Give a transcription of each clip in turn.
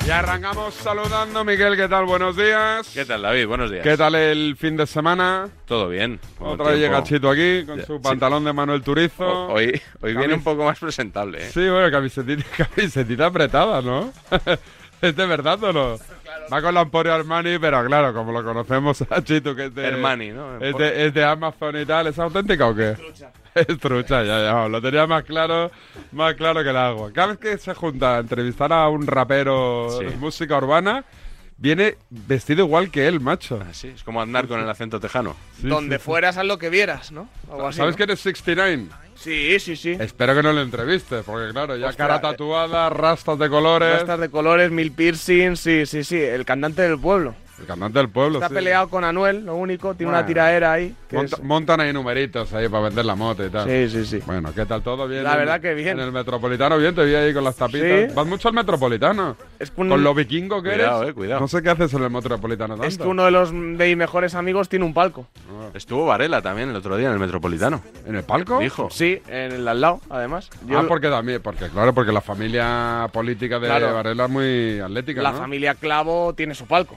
Y arrancamos saludando, Miguel, ¿qué tal? Buenos días. ¿Qué tal, David? Buenos días. ¿Qué tal el fin de semana? Todo bien. Otra vez llega Chito aquí con su pantalón de Manuel Turizo. Hoy viene un poco más presentable, ¿eh? Sí, bueno, camisetita apretada, ¿no? ¿Es de verdad o no? Claro. Va con la Emporio Armani, pero claro, como lo conocemos a Chito, que es de... Armani, ¿no? Es de Amazon y tal. ¿Es auténtica o qué? Es trucha, ya. Lo tenía más claro que el agua. Cada vez que se junta a entrevistar a un rapero de música urbana, viene vestido igual que él, macho. Sí, es como andar con el acento tejano. Sí, donde fueras haz lo que vieras, ¿no? Algo así, ¿Sabes ¿no? quién es 69? Sí. Espero que no lo entrevistes, porque claro, ya cara tatuada, rastas de colores. Rastas de colores, 1000 piercings, sí. El cantante del pueblo. El cantante del pueblo, Está peleado con Anuel, lo único. Tiene una tiraera ahí. Montan ahí numeritos ahí para vender la moto y tal. Sí. Bueno, ¿qué tal todo? ¿Bien? La verdad que bien. En el Metropolitano, bien, te vi ahí con las tapitas. ¿Sí? ¿Vas mucho al Metropolitano? Con lo vikingo que eres. Cuidado. No sé qué haces en el Metropolitano tanto. Es que uno de mis mejores amigos tiene un palco. Estuvo Varela también el otro día en el Metropolitano. ¿En el palco? Dijo. Sí, en el al lado, además. Porque la familia política de Varela es muy atlética, La ¿no? familia Clavo tiene su palco.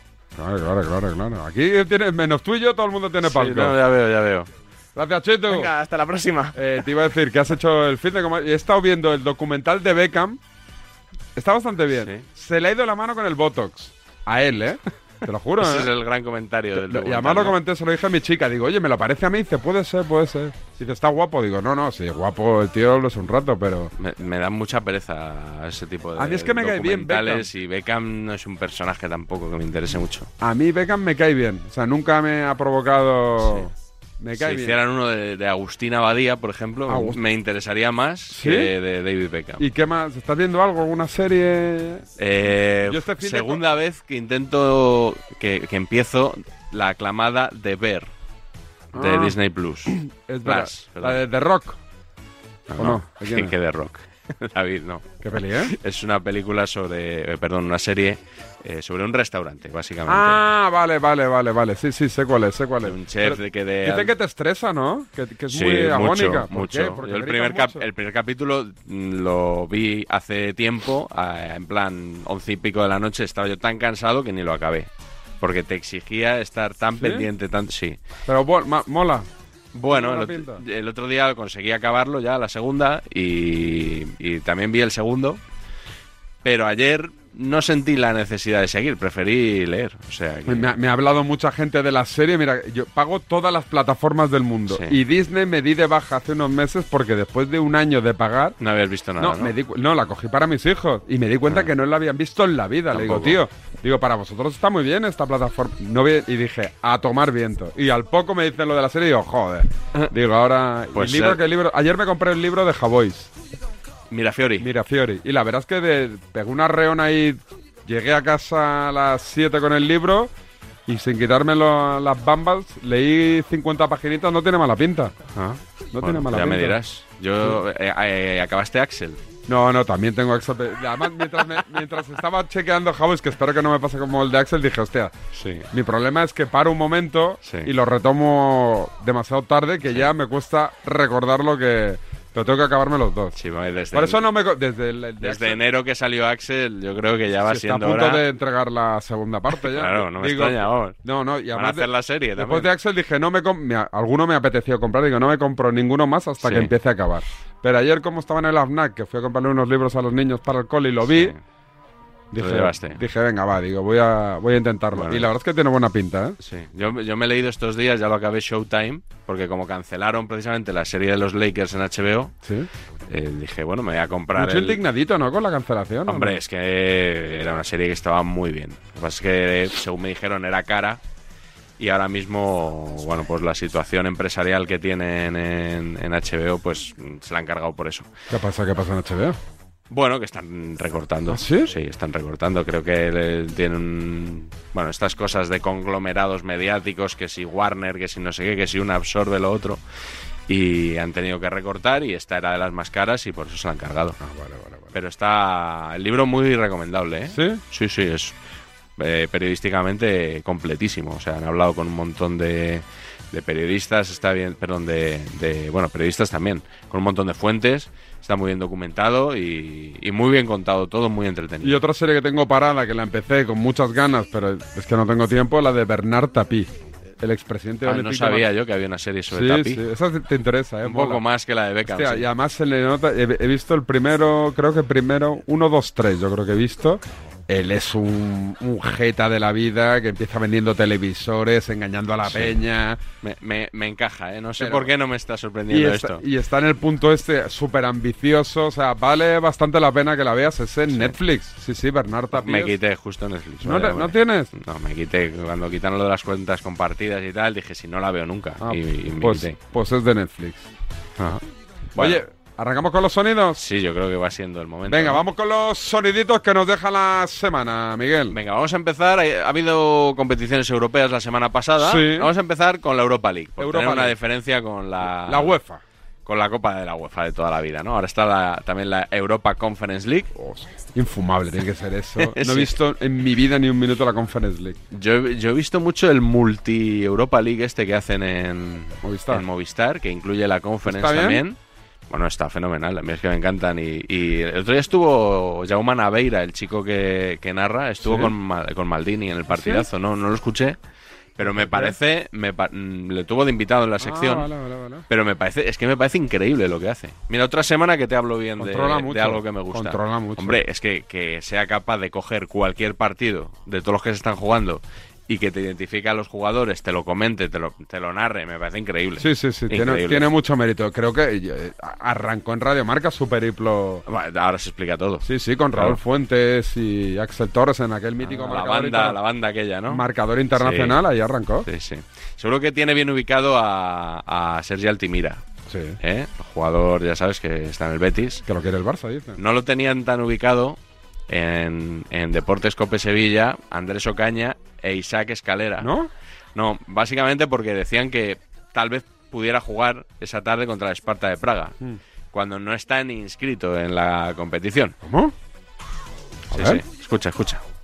Claro. Aquí tienes, menos tú y yo, todo el mundo tiene palco. No, ya veo. Gracias, Chito. Venga, hasta la próxima. Te iba a decir que has hecho el fin de... He estado viendo el documental de Beckham. Está bastante bien. Sí. Se le ha ido la mano con el Botox. A él, ¿eh? Te lo juro, Ese es el gran comentario del documental. Y además lo comenté, se lo dije a mi chica. Digo, oye, ¿me lo parece a mí? Dice, puede ser. Dice, ¿está guapo? Digo, no, sí, guapo el tío, lo es un rato, pero... Me da mucha pereza ese tipo de a mí es que me cae bien Beckham. Y Beckham no es un personaje tampoco que me interese mucho. A mí Beckham me cae bien. O sea, nunca me ha provocado... Sí. Me cae bien. Si hicieran uno de Agustín Abadía, por ejemplo, me interesaría más que de David Beckham. ¿Y qué más? ¿Estás viendo algo? ¿Alguna serie? Segunda vez que intento que empiezo la aclamada The Bear de Disney Plus. Es verdad. La de The Rock. No. ¿Qué de Rock? David, no. ¿Qué peli, eh? Es una película una serie sobre un restaurante, básicamente. Ah, vale. Sí, sé cuál es. Un chef Dicen que te estresa, ¿no? Que es muy agónica. Mucho. Yo el primer capítulo lo vi hace tiempo, en plan 11 y pico de la noche, estaba yo tan cansado que ni lo acabé. Porque te exigía estar tan pendiente, sí. Pero mola. Bueno, el otro día conseguí acabarlo ya, la segunda, y también vi el segundo, pero ayer no sentí la necesidad de seguir, preferí leer. O sea, me ha hablado mucha gente de la serie. Mira, yo pago todas las plataformas del mundo y Disney me di de baja hace unos meses porque después de un año de pagar... No habías visto nada, ¿no? La cogí para mis hijos y me di cuenta que no la habían visto en la vida. Tampoco. Le digo, para vosotros está muy bien esta plataforma. Y dije, a tomar viento. Y al poco me dicen lo de la serie y digo, joder. Digo, ahora... Pues ayer me compré el libro de Javois. Mirafiori. Y la verdad es que pegué una reona ahí, llegué a casa a las 7 con el libro y sin quitarme las bambas, leí 50 paginitas, no tiene mala pinta. Tiene mala pinta. Ya me dirás. ¿Acabaste Axel? No, también tengo Axel. Además, mientras estaba chequeando Javois, que espero que no me pase como el de Axel, dije, hostia, mi problema es que paro un momento y lo retomo demasiado tarde, que ya me cuesta recordar lo que... Pero tengo que acabarme los dos. Sí, por eso no me... Desde enero que salió Axel, yo creo que ya va siendo hora... Está a punto de entregar la segunda parte ya. Claro, no me extraña, vamos. No, y van a hacer la serie después de Axel dije, alguno me apeteció comprar, digo, no me compro ninguno más hasta que empiece a acabar. Pero ayer, como estaba en el AFNAC, que fui a comprarle unos libros a los niños para el cole y lo vi... Dije, venga, voy a intentarlo. Bueno, y la verdad es que tiene buena pinta, ¿eh? Sí. Yo me he leído estos días, ya lo acabé, Showtime, porque como cancelaron precisamente la serie de los Lakers en HBO, dije, bueno, me voy a comprar. Mucho indignadito, ¿no? Con la cancelación. Hombre, es que era una serie que estaba muy bien. Lo que pasa es que, según me dijeron, era cara. Y ahora mismo, bueno, pues la situación empresarial que tienen en HBO, pues se la han cargado por eso. ¿Qué pasa en HBO? Bueno, que están recortando. ¿Ah, sí? Sí, están recortando. Creo que tienen... Bueno, estas cosas de conglomerados mediáticos, que si Warner, que si no sé qué, que si uno absorbe lo otro. Y han tenido que recortar y esta era de las más caras y por eso se la han cargado. Vale. Pero está el libro muy recomendable, ¿eh? ¿Sí? Sí, es periodísticamente completísimo. O sea, han hablado con un montón de periodistas, periodistas también, con un montón de fuentes. Está muy bien documentado y muy bien contado todo, muy entretenido. Y otra serie que tengo parada, que la empecé con muchas ganas, pero es que no tengo tiempo, la de Bernard Tapie, el expresidente olímpico. No sabía yo que había una serie sobre Tapie. Sí, esa te interesa, Un poco más que la de Beckham. Hostia, sí. Y además se le nota, he visto el primero, 1, 2, 3, yo creo que he visto. Él es un jeta de la vida que empieza vendiendo televisores, engañando a la peña. Me encaja, ¿eh? No sé por qué no me está sorprendiendo esto. Y está en el punto súper ambicioso. O sea, vale bastante la pena que la veas. Es en Netflix. Sí, Bernard Tapie. Me quité justo en Netflix. ¿No tienes? No, me quité. Cuando quitaron lo de las cuentas compartidas y tal, dije, si no la veo nunca. Y me quité. Pues es de Netflix. Ajá. Bueno. Oye, ¿arrancamos con los sonidos? Sí, yo creo que va siendo el momento. Venga, vamos con los soniditos que nos deja la semana, Miguel. Venga, vamos a empezar. Ha habido competiciones europeas la semana pasada. Sí. Vamos a empezar con la Europa League. Por tener una League. diferencia con la UEFA. Con la Copa de la UEFA de toda la vida, ¿no? Ahora está también la Europa Conference League. Infumable tiene que ser eso. Sí. No he visto en mi vida ni un minuto la Conference League. Yo he visto mucho el multi-Europa League que hacen en Movistar, que incluye la Conference también. Bueno, está fenomenal, a mí es que me encantan. Y el otro día estuvo Jaume Naveira, el chico que narra, estuvo con Maldini en el partidazo. ¿Sí? No lo escuché, pero me parece, le tuvo de invitado en la sección. Vale. Pero me parece increíble lo que hace. Mira, otra semana que te hablo bien de algo que me gusta. Controla mucho. Hombre, es que sea capaz de coger cualquier partido de todos los que se están jugando y que te identifique a los jugadores, te lo comente, te lo narre, me parece increíble. Sí, tiene mucho mérito. Creo que arrancó en Radio Marca su periplo. Bueno, ahora se explica todo. Sí, con Raúl Fuentes y Axel Torres en aquel mítico marcador. La banda aquella, ¿no? Marcador internacional, ahí arrancó. Sí. Seguro que tiene bien ubicado a Sergi Altimira. Sí. El jugador, ya sabes, que está en el Betis. Que lo quiere el Barça, dice. No lo tenían tan ubicado en Deportes Cope Sevilla, Andrés Ocaña e Isaac Escalera. ¿No? No, básicamente porque decían que tal vez pudiera jugar esa tarde contra el Sparta de Praga, cuando no está ni inscrito en la competición. ¿Cómo? Sí. Escucha.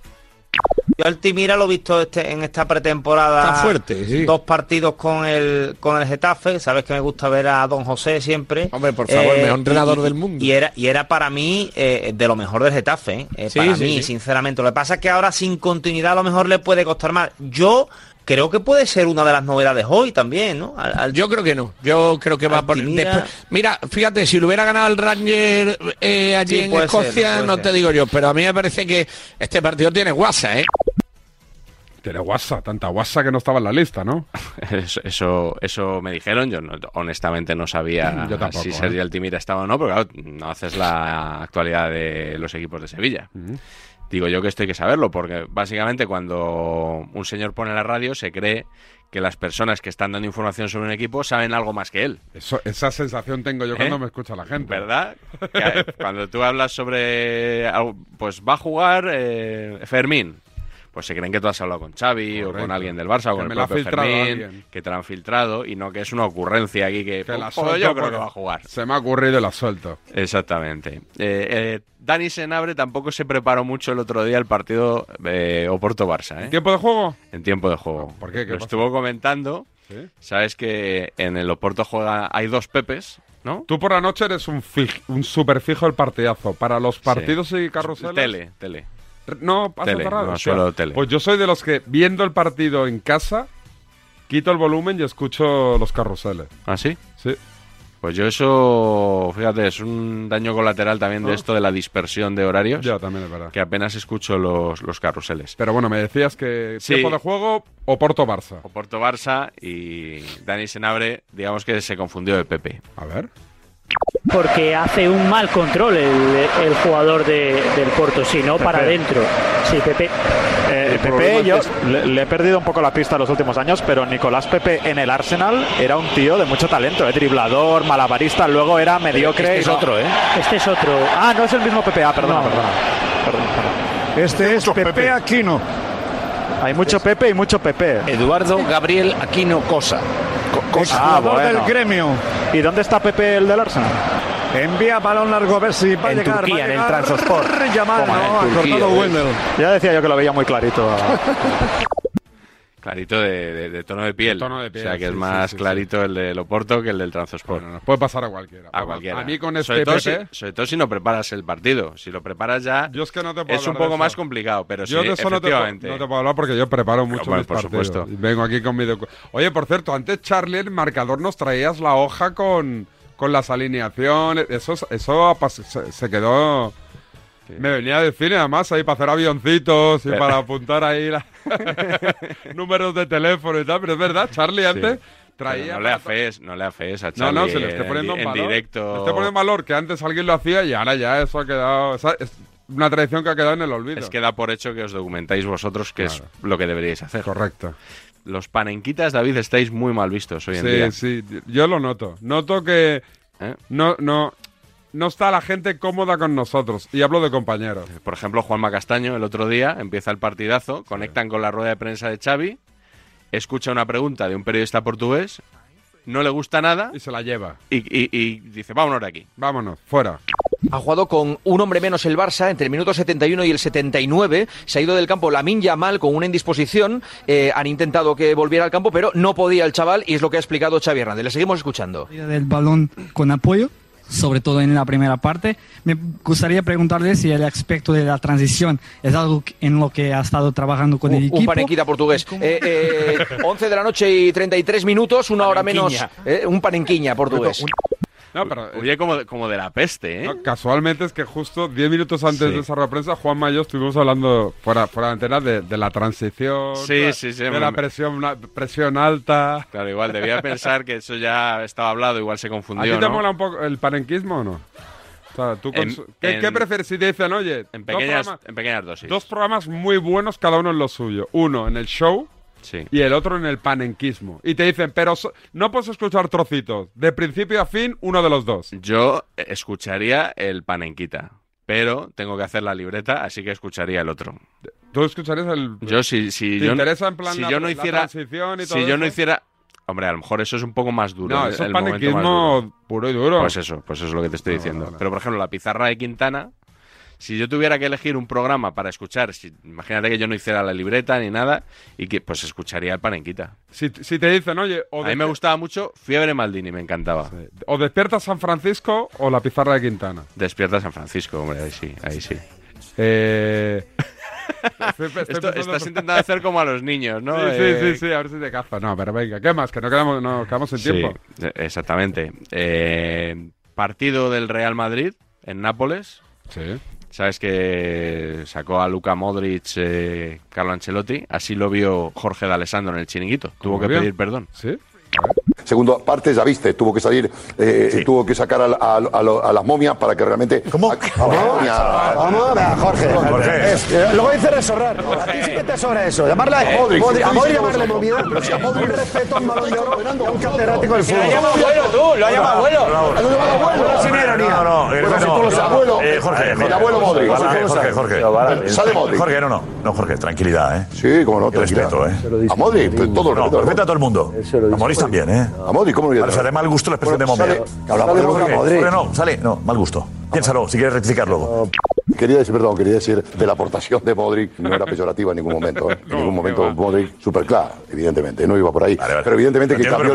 Yo Altimira lo he visto en esta pretemporada. Está fuerte, sí. 2 partidos con el Getafe. Sabes que me gusta ver a Don José siempre. Hombre, por favor, el mejor entrenador del mundo. Y era para mí de lo mejor del Getafe. Sí. Sinceramente. Lo que pasa es que ahora sin continuidad a lo mejor le puede costar más. Yo creo que puede ser una de las novedades hoy también, ¿no? Yo creo que no. Yo creo que va por... Mira, fíjate, si lo hubiera ganado el Rangers allí en Escocia, no te digo yo. Pero a mí me parece que este partido tiene guasa, ¿eh? Tiene guasa, tanta guasa que no estaba en la lista, ¿no? Eso me dijeron. Yo honestamente no sabía si Sergi Altimira estaba o no, pero claro, no haces la actualidad de los equipos de Sevilla. Digo yo que esto hay que saberlo, porque básicamente cuando un señor pone la radio se cree que las personas que están dando información sobre un equipo saben algo más que él. Esa sensación tengo yo cuando me escucha la gente. ¿Verdad? Que cuando tú hablas sobre... Pues va a jugar Fermín. Pues se creen que tú has hablado con Xavi o con alguien del Barça o con el propio Fermín, que te lo han filtrado y no que es una ocurrencia aquí que yo creo que va a jugar. Se me ha ocurrido y la suelto. Exactamente. Dani Senabre tampoco se preparó mucho el otro día el partido Oporto-Barça. ¿En tiempo de juego? En tiempo de juego. ¿Por qué? Lo estuvo comentando. ¿Sí? Sabes que en el Oporto hay 2 Pepes, ¿no? Tú por la noche eres un super fijo el partidazo. Para los partidos y carruseles... Tele. No, pasa cerrado. No, solo tele. Pues yo soy de los que, viendo el partido en casa, quito el volumen y escucho los carruseles. ¿Ah, sí? Sí. Pues yo eso, fíjate, es un daño colateral también de esto de la dispersión de horarios. Ya, también es verdad. Que apenas escucho los carruseles. Pero bueno, me decías que tiempo de juego, Oporto-Barça. Oporto-Barça y Dani Senabre, digamos que se confundió de Pepe. A ver... Porque hace un mal control el jugador del Porto, si no para adentro. Sí, Pepe. Pepe, yo le he perdido un poco la pista en los últimos años, pero Nicolás Pepe en el Arsenal era un tío de mucho talento, driblador, malabarista, luego era mediocre. Este es otro, ¿eh? Este es otro. Ah, no es el mismo Pepe, perdona. Este es Pepe Aquino. Hay mucho Pepe y mucho Pepe. Eduardo Gabriel Aquino Cosa. Jugador del Gremio. ¿Y dónde está Pepe, el del Arsenal? Envía balón largo a ver si va a llegar. Turquía, en el Trabzonspor. Yamal, no, ha cortado Wendel. Ya decía yo que lo veía muy clarito. Clarito de tono de piel. O sea, que es más clarito el de Oporto que el del Trabzonspor. Bueno, puede pasar a cualquiera. A mí con este sobre todo si no preparas el partido. Si lo preparas ya, yo es que no te puedo es un poco más complicado. Pero yo sí, de eso efectivamente. no te puedo hablar porque yo preparo mucho mis por partidos. Supuesto. Y vengo aquí con mi... Oye, por cierto, antes, Charlie, el marcador nos traías la hoja con las alineaciones. Eso se quedó... Sí. Me venía de cine, además, ahí para hacer avioncitos y para apuntar ahí números de teléfono y tal. Pero es verdad, Charlie antes traía... No le afees a Charlie. No, se le esté poniendo en valor. Directo. Le esté poniendo en valor que antes alguien lo hacía y ahora ya eso ha quedado... Es una tradición que ha quedado en el olvido. Es que da por hecho que os documentáis vosotros, que es lo que deberíais hacer. Correcto. Los panenquitas, David, estáis muy mal vistos hoy en día. Sí, yo lo noto. Noto que no está la gente cómoda con nosotros. Y hablo de compañeros. Por ejemplo, Juanma Castaño, el otro día, empieza el partidazo, conectan con la rueda de prensa de Xavi, escucha una pregunta de un periodista portugués, no le gusta nada... Y se la lleva. Y dice, vámonos de aquí. Vámonos, fuera. Ha jugado con un hombre menos el Barça entre el minuto 71 y el 79. Se ha ido del campo Lamine Yamal con una indisposición. Han intentado que volviera al campo, pero no podía el chaval y es lo que ha explicado Xavi Hernández. Le seguimos escuchando. Del balón con apoyo, sobre todo en la primera parte. Me gustaría preguntarle si el aspecto de la transición es algo en lo que ha estado trabajando con el equipo. Un panenquita portugués. 11 de la noche y 33 minutos, una hora menos. Un panenquiña portugués. No, pero huye como de la peste, ¿eh? No, casualmente es que justo 10 minutos antes de esa rueda de prensa, Juanma y yo estuvimos hablando fuera de antena de la transición, de la presión alta. Claro, igual debía pensar que eso ya estaba hablado, igual se confundió. ¿A ti te mola un poco el panenquismo o no? O sea, ¿tú ¿qué prefieres si te dicen, oye, en pequeñas dosis? Dos programas muy buenos, cada uno en lo suyo. Uno en el show. Sí. Y el otro en el panenquismo. Y te dicen, pero no puedes escuchar trocitos. De principio a fin, uno de los dos. Yo escucharía el panenquita, pero tengo que hacer la libreta, así que escucharía el otro. ¿Tú escucharías el...? Yo, si ¿Te interesa en plan la transición y todo si yo no eso? hiciera... Hombre, a lo mejor eso es un poco más duro. No, eso es panenquismo puro y duro. Pues eso es lo que te estoy diciendo. Vale. Pero, por ejemplo, la pizarra de Quintana... Si yo tuviera que elegir un programa para escuchar, imagínate que yo no hiciera la libreta ni nada, y que pues escucharía el panenquita. Si te dicen, oye... A mí me gustaba mucho Fiebre Maldini, me encantaba. Sí. O Despierta San Francisco o la pizarra de Quintana. Despierta San Francisco, hombre, ahí sí. Estás intentando hacer como a los niños, ¿no? Sí, a ver si te caza. No, pero venga, ¿qué más? Que no quedamos sin tiempo. Exactamente. Partido del Real Madrid en Nápoles. Sí. Sabes que sacó a Luka Modric Carlo Ancelotti, así lo vio Jorge D'Alessandro en el Chiringuito. Tuvo que pedir perdón. ¿Sí? Segunda parte, ya viste, tuvo que salir, tuvo que sacar a las momias para que realmente... ¿Cómo? Vamos, Jorge. Luego dice resobrar. A ti sí que te sobra eso. Llamarle a Modric. A Modric llamarle momia. Pero si a Modric respeto a un balón de oro y a un catedrático del fútbol. Lo llama abuelo tú, lo llama abuelo. Lo llama abuelo. Sin ironía. No, abuelo. Jorge. El abuelo Modric. Jorge. Sale Modric. Jorge, no, Jorge, tranquilidad, ¿eh? Sí, como no, respeto, ¿eh? A Modric, todo el respeto. Respeta a todo el mundo. A Modric también, ¿eh? A Modric, ¿cómo lo de mal gusto la expresión de momia. Hablamos de Modric. Mal gusto. Piénsalo, si quieres rectificar luego. Quería decir de la aportación de Modric, no era peyorativa en ningún momento. En ningún momento Modric, súper claro, evidentemente, no iba por ahí. Vale. Pero evidentemente que cambió.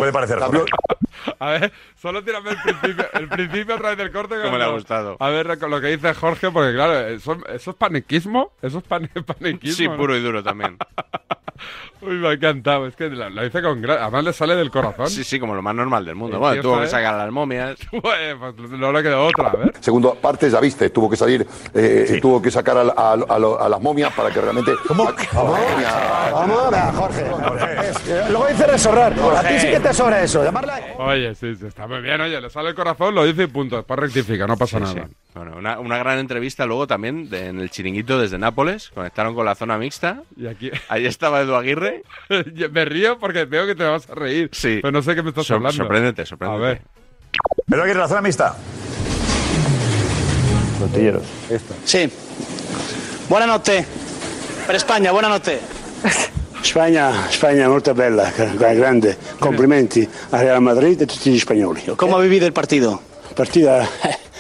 A ver, solo tírame el principio a través del corte. ¿Cómo le ha gustado? A ver lo que dice Jorge, porque claro, ¿eso es panenquismo? ¿Eso es panenquismo? Sí, puro y duro también. Uy, me ha encantado. Es que lo dice con además le sale del corazón. Sí, como lo más normal del mundo. Bueno, tuvo que sacar a las momias. Pues no le quedó otra, a ver. Segunda parte, ya viste, tuvo que salir, tuvo que sacar a las momias para que realmente... ¿Cómo? Vamos, Jorge. Luego dice resobrar. A ti sí que te sobra eso. Llamarle a... Oye, sí, está muy bien. Oye, le sale el corazón, lo dice y punto. Después rectifica, no pasa nada. Sí. Bueno, una gran entrevista luego también en el Chiringuito desde Nápoles. Conectaron con la zona mixta. Y aquí... Ahí estaba Edu Aguirre. Me río porque veo que te vas a reír. Sí. Pero no sé qué me estás hablando. Sorpréndete. A ver. Edu Aguirre, la zona mixta. Botilleros. Sí. Buonanotte. Per Spagna, buonanotte. Spagna molto bella, grande. Complimenti a Real Madrid e tutti gli spagnoli. ¿Cómo ha vivido el partido? Partida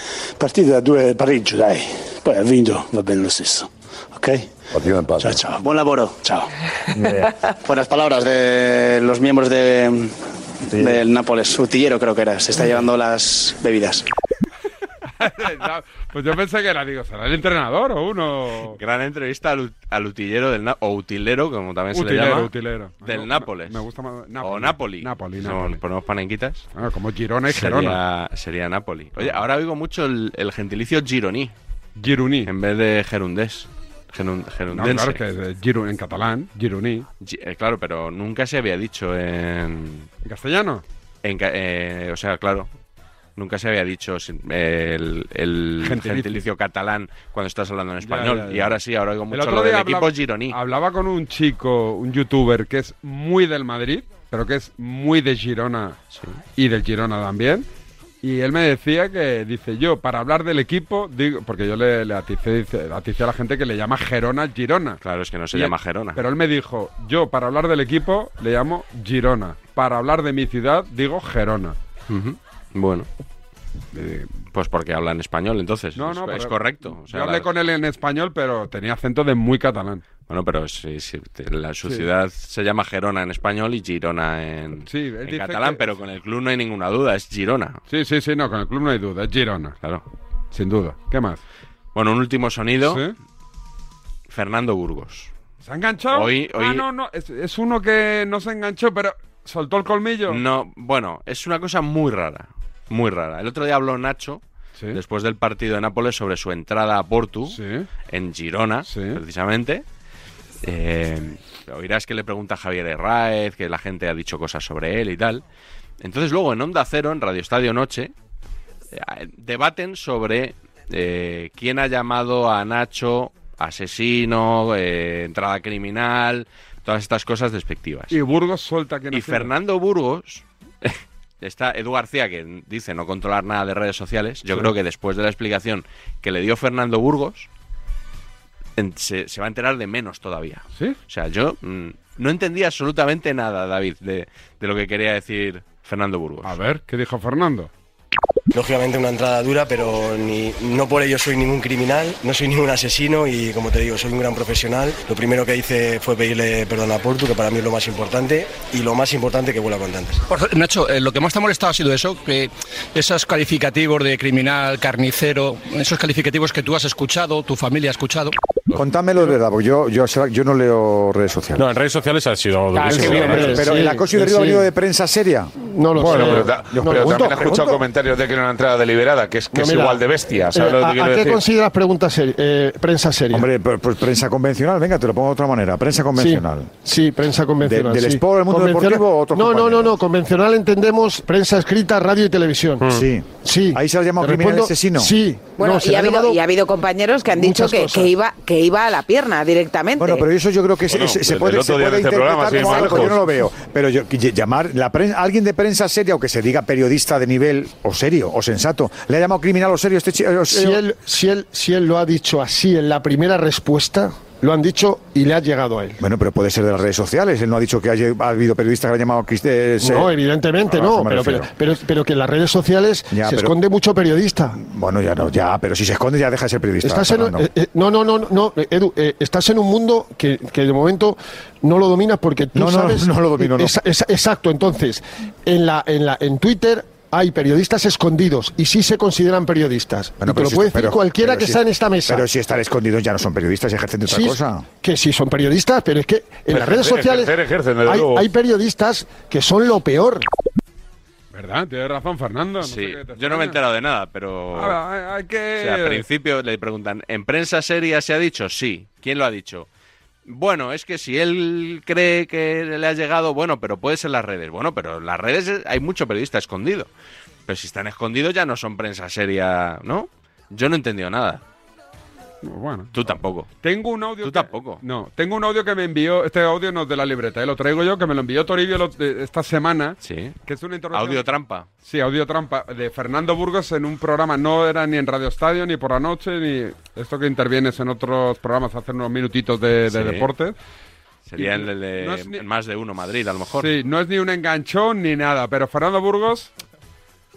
partita da 2 pareggio, dai. Poi ha vinto, va bene lo stesso. Ok? Chao, chao. Buen laboro. Chao. Buenas palabras de los miembros del Nápoles. Utillero creo que era. Se está llevando las bebidas. Pues yo pensé que era, ¿será el entrenador o uno? Gran entrevista al utillero o utilero, como también se le llama, del Nápoles. Me gusta más. O Napoli. Napoli. Ponemos panenquitas. Como Girona y Gerona. Sería Napoli. Oye, ahora oigo mucho el gentilicio gironí. Gironí. En vez de gerundés. Gerundense. No, claro, es que en catalán, gironí. Claro, pero nunca se había dicho ¿En castellano? O sea, claro. Nunca se había dicho el gentilicio catalán cuando estás hablando en español. Ya. Y ahora sí, ahora oigo mucho lo del equipo gironí. Hablaba con un chico, un youtuber que es muy del Madrid, pero que es muy de Girona y del Girona también. Y él me decía yo, para hablar del equipo, digo, porque yo le aticé a la gente que le llama Gerona Girona. Claro, es que no se llama Gerona. Pero él me dijo, yo para hablar del equipo le llamo Girona. Para hablar de mi ciudad digo Gerona. Bueno, pues porque habla en español, entonces. No, es correcto. O sea, yo hablé con él en español, pero tenía acento de muy catalán. Bueno, pero su ciudad se llama Gerona en español y Girona en catalán, pero con el club no hay ninguna duda, es Girona. Sí, no, con el club no hay duda, es Girona. Claro. Sin duda. ¿Qué más? Bueno, un último sonido. ¿Sí? Fernando Burgos. ¿Se ha enganchado? Hoy... No, es uno que no se enganchó, pero soltó el colmillo. No, bueno, es una cosa muy rara. Muy rara. El otro día habló Nacho, después del partido de Nápoles, sobre su entrada a Portu, en Girona, precisamente. Oirás que le pregunta a Javier Herráez, que la gente ha dicho cosas sobre él y tal. Entonces luego en Onda Cero, en Radio Estadio Noche, debaten sobre quién ha llamado a Nacho asesino, entrada criminal, todas estas cosas despectivas. Y Burgos suelta que no. Y Fernando Burgos... Está Edu García, que dice no controlar nada de redes sociales. Yo creo que después de la explicación que le dio Fernando Burgos, se va a enterar de menos todavía. ¿Sí? O sea, yo no entendía absolutamente nada, David, de lo que quería decir Fernando Burgos. A ver, ¿qué dijo Fernando? Lógicamente una entrada dura, pero no por ello soy ningún criminal, no soy ningún asesino y, como te digo, soy un gran profesional. Lo primero que hice fue pedirle perdón a Portu, que para mí es lo más importante, y lo más importante que vuelva con antes. Nacho, lo que más te ha molestado ha sido eso, que esos calificativos de criminal, carnicero, esos calificativos que tú has escuchado, tu familia ha escuchado. Contámelo de verdad, porque yo no leo redes sociales. No, en redes sociales ha sido... Pero el acoso y derribo ha venido de prensa seria. No lo sé. Pero también he escuchado comentarios de que era una entrada deliberada, que es igual de bestia. ¿Sabes lo que quiero decir? ¿A qué consideras prensa seria? Hombre, pues prensa convencional, venga, te lo pongo de otra manera. Prensa convencional. Sí, prensa convencional. ¿Del Sport, el mundo deportivo o otro? No. Convencional entendemos prensa escrita, radio y televisión. Sí. Ahí se ha llamado criminal asesino. Sí. Bueno, y ha habido compañeros que han dicho que iba a la pierna directamente. Bueno, pero eso yo creo que se puede interpretar como algo, yo no lo veo. Pero llamar a alguien de prensa seria, o que se diga periodista de nivel, o serio, o sensato, ¿le ha llamado criminal o serio este chico? Si él lo ha dicho así en la primera respuesta, lo han dicho y le ha llegado a él. Bueno, pero puede ser de las redes sociales. Él no ha dicho que ha habido periodistas que le han llamado No, evidentemente no. Pero que en las redes sociales se esconde mucho periodista. Bueno, pero si se esconde ya deja de ser periodista. Edu, estás en un mundo que de momento no lo dominas porque tú sabes... No lo domino, no. Exacto, entonces, en Twitter... hay periodistas escondidos y sí se consideran periodistas. Bueno, y te lo puede decir cualquiera que está en esta mesa. Pero si están escondidos ya no son periodistas y ejercen de otra cosa. Que sí son periodistas, pero es que en las redes sociales hay periodistas que son lo peor. ¿Verdad? Tienes razón, Fernando. Yo no me he enterado de nada, pero... hay que... O sea, al principio le preguntan, ¿en prensa seria se ha dicho? Sí. ¿Quién lo ha dicho? Bueno, es que si él cree que le ha llegado, bueno, pero puede ser las redes. Bueno, pero en las redes hay mucho periodista escondido. Pero si están escondidos ya no son prensa seria, ¿no? Yo no he entendido nada. Bueno. Tú tampoco. Tengo un audio... Tú tampoco. No, tengo un audio que me envió... Este audio no es de la libreta, lo traigo yo, que me lo envió Toribio esta semana. Sí. Que es una intervención... Audio trampa. Sí, audio trampa. De Fernando Burgos en un programa. No era ni en Radio Estadio, ni por la noche, ni... Esto que intervienes en otros programas, hacer unos minutitos de deportes. Sería el de Más de Uno Madrid, a lo mejor. Sí, no es ni un enganchón ni nada, pero Fernando Burgos...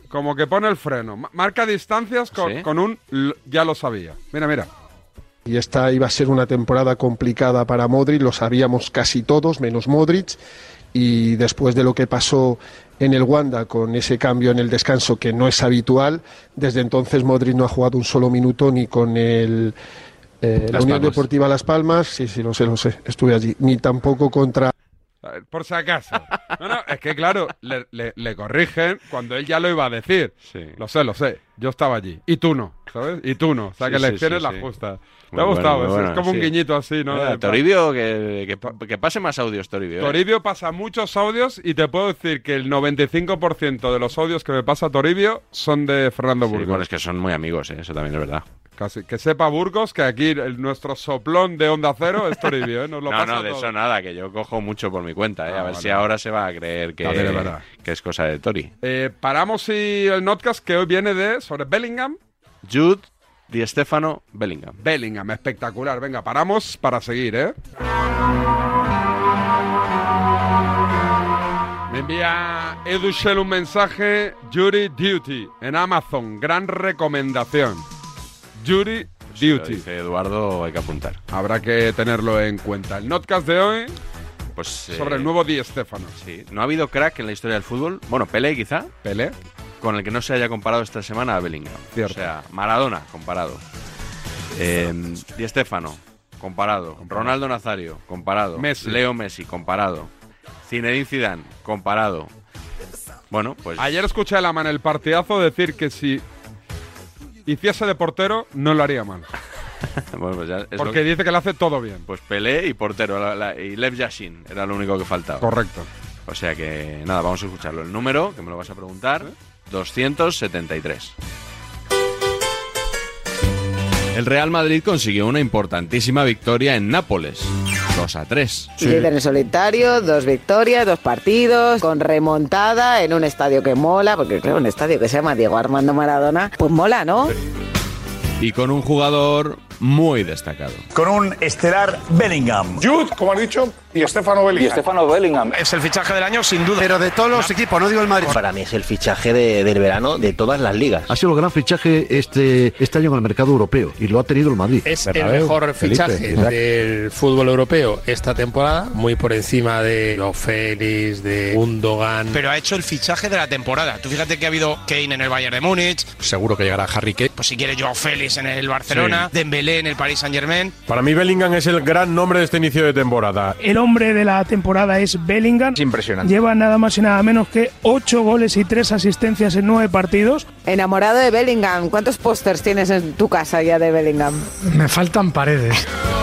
como que pone el freno. Marca distancias con un ya lo sabía. Mira. Y esta iba a ser una temporada complicada para Modric, lo sabíamos casi todos, menos Modric. Y después de lo que pasó en el Wanda con ese cambio en el descanso que no es habitual, desde entonces Modric no ha jugado un solo minuto ni con la Unión Deportiva Las Palmas, sí, lo sé, estuve allí, ni tampoco contra... Por si acaso. No, es que claro, le corrigen cuando él ya lo iba a decir. Sí. Lo sé, yo estaba allí. Y tú no, ¿sabes? Y tú no. O sea, que le tienes la justa. ¿Te ha gustado? Bueno, es como un guiñito así, ¿no? Toribio, que pase más audios, Toribio. Toribio pasa muchos audios y te puedo decir que el 95% de los audios que me pasa Toribio son de Fernando Burgos. Bueno, es que son muy amigos, eso también es verdad. Casi. Que sepa Burgos que aquí nuestro soplón de Onda Cero es Toribio, ¿eh? Nos lo pasa de todo. Eso nada, que yo cojo mucho por mi cuenta, ¿eh? A ver si ahora se va a creer que es cosa de Tori. Paramos y el notcast que hoy viene sobre Bellingham. Jude, Di Stéfano, Bellingham. Bellingham, espectacular. Venga, paramos para seguir, ¿eh? Me envía Edu Shell un mensaje. Jury Duty en Amazon. Gran recomendación. Jury Duty. Lo dice Eduardo, hay que apuntar. Habrá que tenerlo en cuenta. El notcast de hoy, pues sobre el nuevo Di Stéfano. Sí, no ha habido crack en la historia del fútbol. Bueno, Pelé quizá. Pelé. Con el que no se haya comparado esta semana a Bellingham. Cierto. O sea, Maradona comparado. Di Stéfano comparado. Ronaldo Nazario comparado. Leo Messi comparado. Zinedine Zidane comparado. Bueno, pues... Ayer escuché a Lama en el partidazo decir que si hiciese de portero, no lo haría mal. Bueno, pues ya es porque dice que lo hace todo bien. Pues Pelé y portero. Y Lev Yashin era lo único que faltaba. Correcto. O sea que, nada, vamos a escucharlo. El número, que me lo vas a preguntar, 273. El Real Madrid consiguió una importantísima victoria en Nápoles. 2-3. Líder en solitario, 2 victorias, 2 partidos, con remontada en un estadio que mola, porque claro, un estadio que se llama Diego Armando Maradona, pues mola, ¿no? Y con un jugador muy destacado. Con un estelar Bellingham. Jude, como has dicho, y Stéfano Bellingham. Y Stéfano Bellingham. Es el fichaje del año, sin duda. Pero de todos los equipos, no digo el Madrid. Para mí es el fichaje del verano de todas las ligas. Ha sido el gran fichaje este año en el mercado europeo y lo ha tenido el Madrid. Es el mejor fichaje del fútbol europeo esta temporada, muy por encima de Joao Félix, de Gundogan. Pero ha hecho el fichaje de la temporada. Tú fíjate que ha habido Kane en el Bayern de Múnich. Seguro que llegará Harry Kane. Pues si quiere Joao Félix en el Barcelona, Dembélé en el Paris Saint-Germain. Para mí Bellingham es el gran nombre de este inicio de temporada. El hombre de la temporada es Bellingham. Es impresionante. Lleva nada más y nada menos que 8 goles y 3 asistencias en 9 partidos. Enamorado de Bellingham. ¿Cuántos pósters tienes en tu casa ya de Bellingham? Me faltan paredes.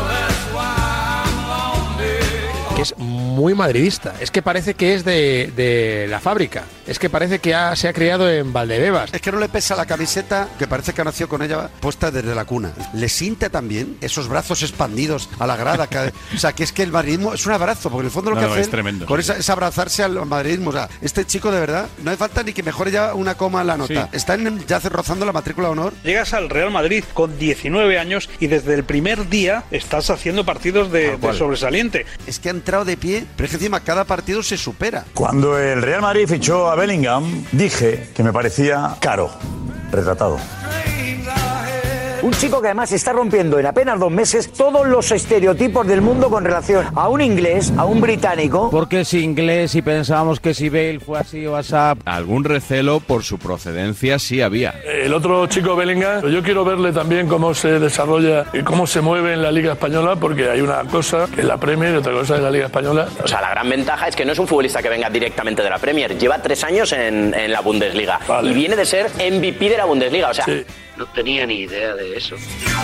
Que es muy madridista. Es que parece que es de la fábrica. Es que parece que se ha criado en Valdebebas. Es que no le pesa la camiseta, que parece que nació con ella puesta desde la cuna. Le sienta también esos brazos expandidos a la grada. O sea, que es que el madridismo es un abrazo, porque en el fondo lo que hace es tremendo, con es abrazarse al madridismo. O sea, este chico de verdad, no hace falta ni que mejore ya una coma en la nota. Sí. Están ya rozando la matrícula de honor. Llegas al Real Madrid con 19 años y desde el primer día estás haciendo partidos de sobresaliente. Es que ha entrado de pie, pero es que encima cada partido se supera. Cuando el Real Madrid fichó a Bellingham, dije que me parecía caro, retratado. Un chico que además está rompiendo en apenas 2 meses todos los estereotipos del mundo con relación a un inglés, a un británico. Porque es inglés y pensábamos que si Bale fue así o así. Algún recelo por su procedencia sí había. El otro chico Bellingham, yo quiero verle también cómo se desarrolla y cómo se mueve en la Liga Española, porque hay una cosa que es la Premier y otra cosa es la Liga Española. O sea, la gran ventaja es que no es un futbolista que venga directamente de la Premier. Lleva 3 años en la Bundesliga. Vale. Y viene de ser MVP de la Bundesliga. O sea, sí. No tenía ni idea de eso.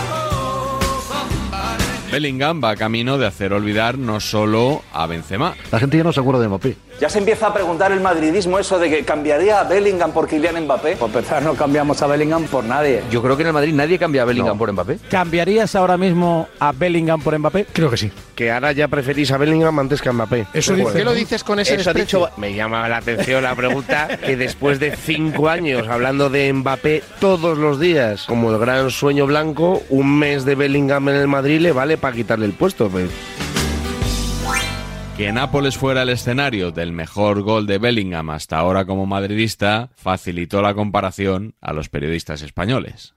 Bellingham va camino de hacer olvidar no solo a Benzema. La gente ya no se acuerda de Mbappé. Ya se empieza a preguntar el madridismo eso de que cambiaría a Bellingham por Kylian Mbappé. Por empezar, no cambiamos a Bellingham por nadie. Yo creo que en el Madrid nadie cambia a Bellingham por Mbappé. ¿Cambiarías ahora mismo a Bellingham por Mbappé? Creo que sí. Que ahora ya preferís a Bellingham antes que a Mbappé. Eso dice. ¿Qué lo dices con ese desprecio? Me llama la atención la pregunta que después de 5 años hablando de Mbappé todos los días como el gran sueño blanco, un mes de Bellingham en el Madrid le vale para quitarle el puesto. Pues. Que Nápoles fuera el escenario del mejor gol de Bellingham hasta ahora como madridista facilitó la comparación a los periodistas españoles.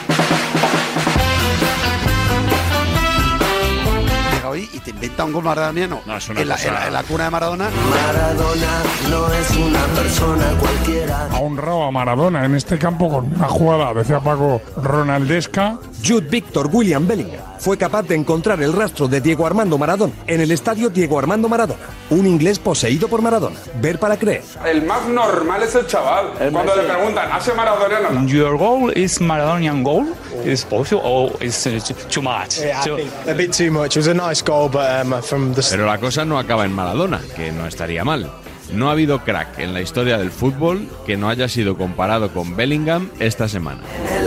Hoy y te inventa un gol maradoniano en la cuna de Maradona. Maradona no es una persona cualquiera. Ha honrado a Maradona en este campo con una jugada, decía Paco, ronaldesca. Jude Victor William Bellingham fue capaz de encontrar el rastro de Diego Armando Maradona en el estadio Diego Armando Maradona, un inglés poseído por Maradona. Ver para creer. El más normal es el chaval. Cuando le preguntan, ¿hace maradoniano? Your goal is Maradonian goal? Is possible or is too much? A bit too much. It was a nice goal, but from the... Pero la cosa no acaba en Maradona, que no estaría mal. No ha habido crack en la historia del fútbol que no haya sido comparado con Bellingham esta semana.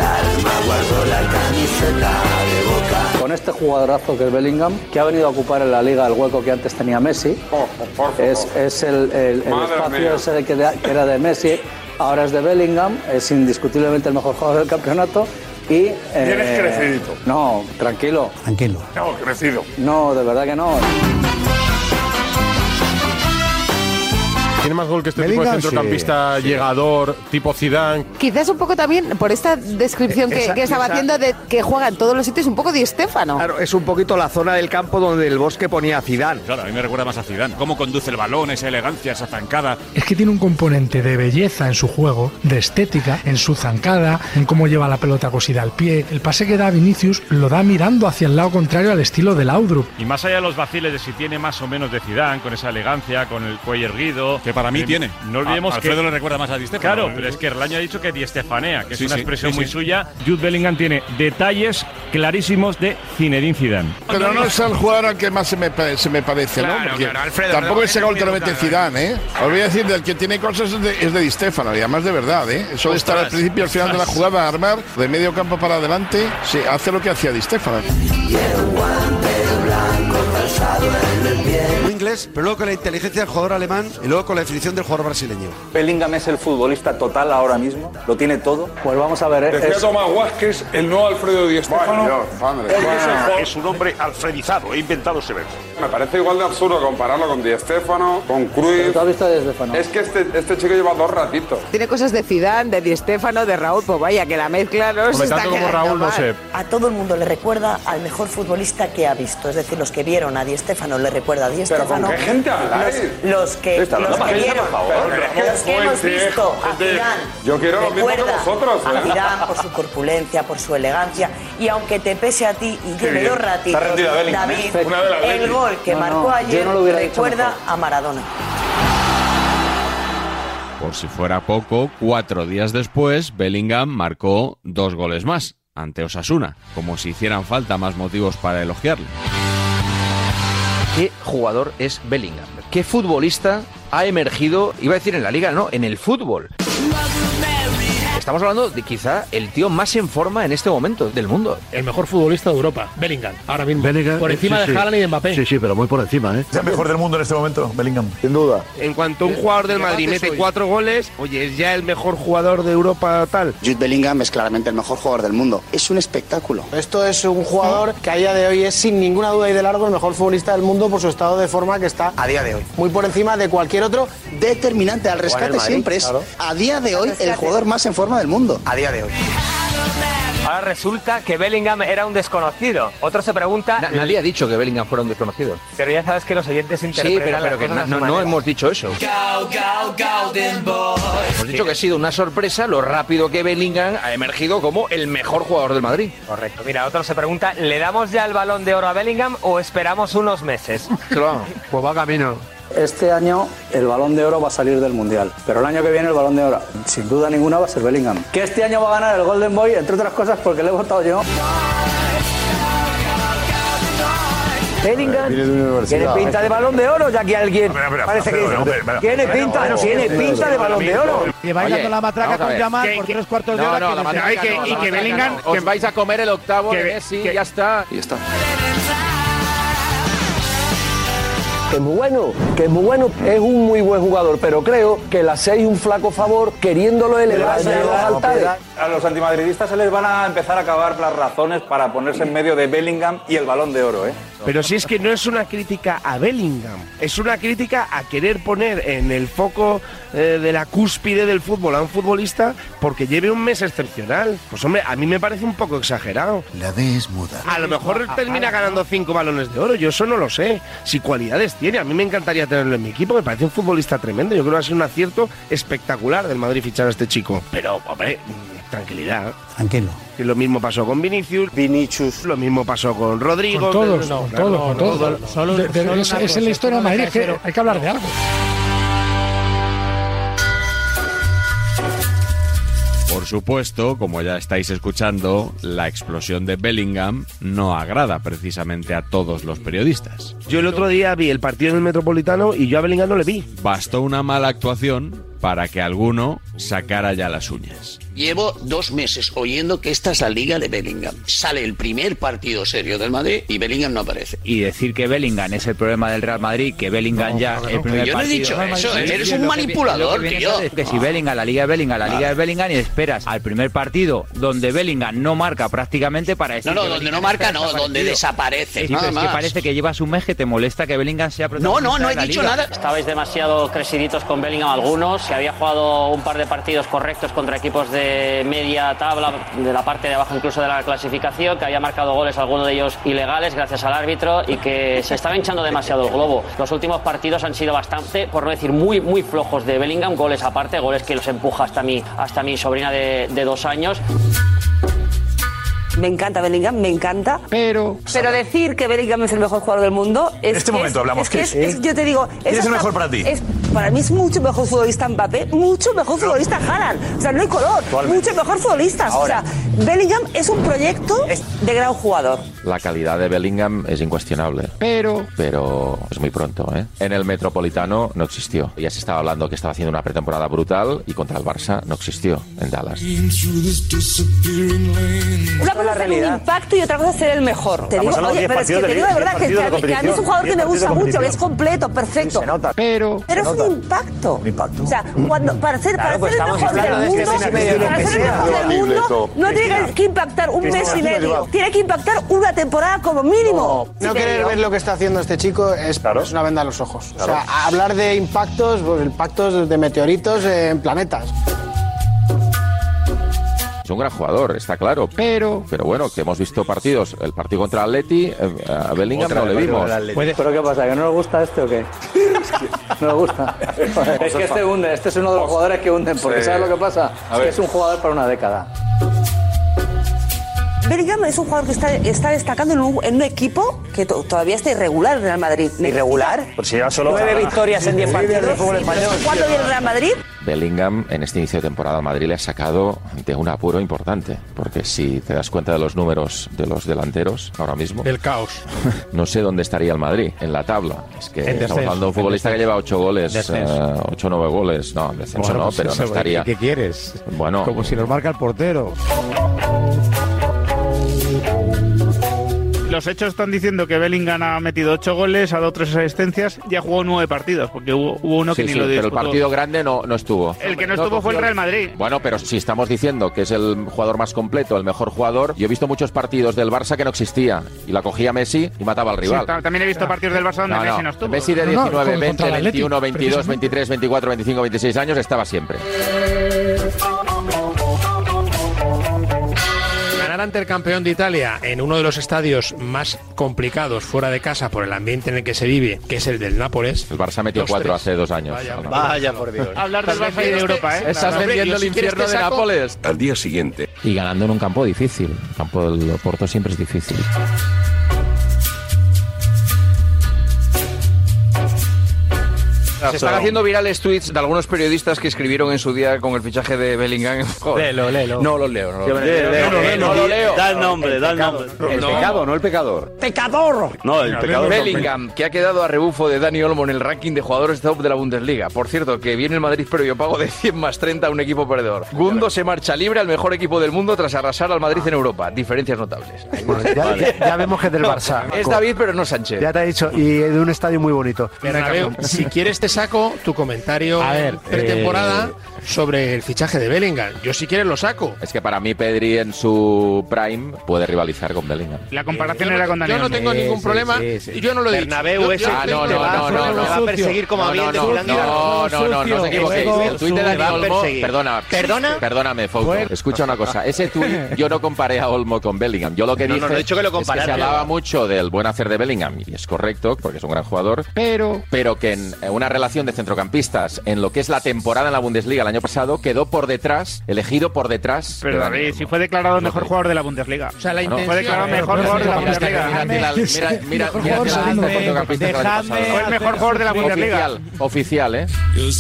Con este jugadorazo que es Bellingham, que ha venido a ocupar en la Liga el hueco que antes tenía Messi, es el espacio ese que era de Messi, ahora es de Bellingham, es indiscutiblemente el mejor jugador del campeonato. Y, Tienes crecidito. No, tranquilo. Tranquilo. No, crecido. No, de verdad que no. Tiene más gol que este tipo de centrocampista llegador, tipo Zidane. Quizás un poco también por esta descripción que estaba haciendo de que juega en todos los sitios, un poco Di Stéfano. Claro, es un poquito la zona del campo donde el Bosque ponía a Zidane. Claro, a mí me recuerda más a Zidane. Cómo conduce el balón, esa elegancia, esa zancada. Es que tiene un componente de belleza en su juego, de estética, en su zancada, en cómo lleva la pelota cosida al pie. El pase que da a Vinicius lo da mirando hacia el lado contrario al estilo de Laudrup. Y más allá de los vaciles de si tiene más o menos de Zidane, con esa elegancia, con el cuello erguido, que para mí tiene. No olvidemos que Alfredo le recuerda más a Di Stéfano. Claro, pero es que Erlaño ha dicho que Di Stefanea, que es una expresión muy suya. Jude Bellingham tiene detalles clarísimos de Zinedine Zidane. Pero no es el jugador al que más se me parece, ¿no? Porque Alfredo, tampoco ese gol te lo mete Zidane, ¿eh? Os voy a decir, del que tiene cosas es de Di Stéfano, y además de verdad, ¿eh? Eso de estar al principio y al final de la jugada, armar de medio campo para adelante, sí, hace lo que hacía Di Stéfano. Muy inglés, pero luego con la inteligencia del jugador alemán y luego con la definición del jugador brasileño. Bellingham es el futbolista total ahora mismo, lo tiene todo. Pues vamos a ver. Decía Tomás Vázquez, el nuevo Alfredo Di Stéfano. Es un hombre alfredizado, he inventado ese verbo. Me parece igual de absurdo compararlo con Di Stéfano, con Cruyff. ¿Tú has visto a Di Stéfano? Es que este chico lleva dos ratitos. Tiene cosas de Zidane, de Di Stéfano, de Raúl, pues vaya, que la mezcla no se está quedando Raúl, no sé. A todo el mundo le recuerda al mejor futbolista que ha visto. Es decir, los que vieron a Di Stéfano le recuerda a Di Stéfano. ¿Pero con qué gente habláis? Los que hemos visto a Zidane. Yo quiero lo mismo que vosotros. A Zidane por su corpulencia, por su elegancia. Y aunque te pese a ti y lleve dos ratitos, David, el gol que marcó ayer recuerda a Maradona. Por si fuera poco, 4 días después, Bellingham marcó 2 goles más ante Osasuna, como si hicieran falta más motivos para elogiarle. ¿Qué jugador es Bellingham? ¿Qué futbolista ha emergido, iba a decir en la liga, no, en el fútbol? Estamos hablando de quizá el tío más en forma en este momento del mundo. El mejor futbolista de Europa, Bellingham, ahora mismo. Bellingham, por encima de Haaland y de Mbappé. Sí, pero muy por encima, ¿eh? ¿Es el mejor del mundo en este momento, Bellingham? Sin duda. En cuanto un jugador del Madrid mete 4 goles, oye, es ya el mejor jugador de Europa tal. Jude Bellingham es claramente el mejor jugador del mundo. Es un espectáculo. Esto es un jugador que a día de hoy es sin ninguna duda y de largo el mejor futbolista del mundo por su estado de forma que está a día de hoy muy por encima de cualquier otro. Determinante al rescate Madrid, siempre es a día de hoy el jugador más en forma del mundo. A día de hoy. Ahora resulta que Bellingham era un desconocido. Otro se pregunta... Nadie ha dicho que Bellingham fuera un desconocido. Pero ya sabes que los oyentes interpretan pero que no hemos dicho eso. Hemos dicho que ha sido una sorpresa lo rápido que Bellingham ha emergido como el mejor jugador del Madrid. Correcto. Mira, otro se pregunta, ¿le damos ya el Balón de Oro a Bellingham o esperamos unos meses? Claro, pues va camino. Este año el Balón de Oro va a salir del Mundial, pero el año que viene el Balón de Oro, sin duda ninguna, va a ser Bellingham. Que este año va a ganar el Golden Boy, entre otras cosas porque le he votado yo. Bellingham tiene pinta de Balón de Oro, ya que alguien parece que tiene pinta de Balón de Oro. Que vais dando la matraca con Yamal por 3/4 de hora. No, la matraca y que Bellingham, que vais a comer el octavo de Messi, ya está. Y está. que es muy bueno, es un muy buen jugador, pero creo que le hacéis un flaco favor queriéndolo elevar a los altares. A los antimadridistas se les van a empezar a acabar las razones para ponerse en medio de Bellingham y el Balón de Oro, ¿eh? Pero si es que no es una crítica a Bellingham, es una crítica a querer poner en el foco de la cúspide del fútbol a un futbolista porque lleve un mes excepcional. Pues hombre, a mí me parece un poco exagerado. La D es muda. A lo mejor termina ganando 5 balones de oro, yo eso no lo sé. Si cualidades tiene, a mí me encantaría tenerlo en mi equipo, me parece un futbolista tremendo. Yo creo que ha sido un acierto espectacular del Madrid fichar a este chico. Pero, hombre, tranquilidad. Tranquilo. Y lo mismo pasó con Vinicius, lo mismo pasó con Rodrigo. Con todos. Es la historia de Madrid, que hay que hablar de algo. Por supuesto, como ya estáis escuchando, la explosión de Bellingham no agrada precisamente a todos los periodistas. Yo el otro día vi el partido en el Metropolitano y yo a Bellingham no le vi. Bastó una mala actuación para que alguno sacara ya las uñas. Llevo 2 meses oyendo que esta es la liga de Bellingham. Sale el primer partido serio del Madrid y Bellingham no aparece. Y decir que Bellingham es el problema del Real Madrid, que Bellingham el primer yo no he dicho eso, eres un manipulador, tío. Que si Bellingham, la liga de Bellingham, la liga de Bellingham, y esperas al primer partido donde Bellingham no marca prácticamente para decir. No, donde no marca, no, donde desaparece. Sí, nada más. Es que parece que llevas un mes que te molesta que Bellingham sea protagonista. No he dicho nada. Estabais demasiado creciditos con Bellingham algunos. Se había jugado un par de partidos correctos contra equipos de media tabla, de la parte de abajo incluso de la clasificación, que había marcado goles, algunos de ellos ilegales gracias al árbitro, y que se estaba hinchando demasiado el globo. Los últimos partidos han sido bastante, por no decir muy flojos de Bellingham, goles aparte, goles que los empuja hasta mi sobrina de 2 años. Me encanta Bellingham, me encanta. Pero decir que Bellingham es el mejor jugador del mundo es. En este momento hablamos que yo te digo. ¿Quién es el mejor para ti? Para mí es mucho mejor futbolista Mbappé, mucho mejor futbolista Haaland. O sea, no hay color. Mucho mejor futbolistas. Ahora. O sea, Bellingham es un proyecto de gran jugador. La calidad de Bellingham es incuestionable. Pero es muy pronto, ¿eh? En el Metropolitano no existió. Ya se estaba hablando que estaba haciendo una pretemporada brutal y contra el Barça no existió en Dallas. Una cosa es hacer un impacto y otra cosa es ser el mejor. Te digo, oye, pero es que te digo de verdad que a mí es un jugador que me gusta mucho, que es completo, perfecto. Pero es un impacto. O sea, para ser el mejor del mundo, no tiene que impactar un mes y medio. Tiene que impactar una temporada como mínimo. No querer ver lo que está haciendo este chico es una venda a los ojos. O sea, hablar de impactos, pues impactos de meteoritos en planetas. Es un gran jugador, está claro. Pero bueno, que hemos visto partidos. El partido contra Atleti, a Bellingham no le vimos. ¿Pero qué pasa? ¿Que no nos gusta este o qué? ¿No nos gusta? Es que este hunde, este es uno de los jugadores que hunden, porque ¿sabes lo que pasa? Es que es un jugador para una década. Bellingham es un jugador que está destacando en un equipo que todavía está irregular en Real Madrid. ¿Irregular? Pues si ya solo 9 victorias en 10 partidos. ¿Cuándo viene el Real Madrid? Bellingham en este inicio de temporada al Madrid le ha sacado de un apuro importante, porque si te das cuenta de los números de los delanteros ahora mismo, el caos. No sé dónde estaría el Madrid en la tabla. Es que estamos hablando de un futbolista que lleva 8 goles, 8 o 9 goles. No, en descenso no, pero no estaría. ¿Qué quieres? Bueno, como si nos marca el portero. Los hechos están diciendo que Bellingham ha metido 8 goles, ha dado 3 asistencias y ha jugado 9 partidos, porque hubo uno que ni lo disputó. Pero el partido grande no estuvo. El que no estuvo fue el Real Madrid. Bueno, pero si estamos diciendo que es el jugador más completo, el mejor jugador, yo he visto muchos partidos del Barça que no existía y la cogía Messi y mataba al rival. Sí, también he visto partidos del Barça donde Messi no estuvo. Messi de 19, 20, 21, 22, 23, 24, 25, 26 años estaba siempre. Ante el campeón de Italia en uno de los estadios más complicados fuera de casa por el ambiente en el que se vive, que es el del Nápoles. El Barça metió 4 hace 2 años. Vaya por Dios. Hablar del Barça y de Europa, ¿eh? Estás vendiendo el infierno de Nápoles. Al día siguiente. Y ganando en un campo difícil. El campo del Oporto siempre es difícil. Se están haciendo virales tweets de algunos periodistas que escribieron en su día con el fichaje de Bellingham. Léelo. No los leo. No lo leo. Da el nombre. El pecado, no el pecador. ¡Pecador! No, el pecador. Bellingham, que ha quedado a rebufo de Dani Olmo en el ranking de jugadores top de la Bundesliga. Por cierto, que viene el Madrid previo pago de 100 más 30 a un equipo perdedor. Gundo se marcha libre al mejor equipo del mundo tras arrasar al Madrid en Europa. Diferencias notables. Ya vemos que es del Barça. Es David, pero no Sánchez. Ya te he dicho, y de un estadio muy bonito. Bernabéu, si quieres te saco tu comentario pretemporada sobre el fichaje de Bellingham. Yo si quieres lo saco. Es que para mí Pedri en su prime puede rivalizar con Bellingham. La comparación era con Dani Olmo. Yo no tengo ningún problema y yo no lo he dicho. Bernabéu ese no, va a perseguir como a bien de Finlandia. No os equivoquéis. El tuit de Dani Olmo, perdóname, Fouto. Escucha una cosa, ese tuit yo no comparé a Olmo con Bellingham. Yo lo que dije he dicho que lo es que se hablaba mucho del buen hacer de Bellingham, y es correcto, porque es un gran jugador, pero que en una relación de centrocampistas, en lo que es la temporada en la Bundesliga el año pasado, quedó por detrás, elegido por detrás. Pero David, si fue declarado el mejor jugador de la Bundesliga. O sea, la intención fue declarado mejor jugador de la Bundesliga. Mira Fue el mejor jugador de la Bundesliga. Oficial, ¿eh?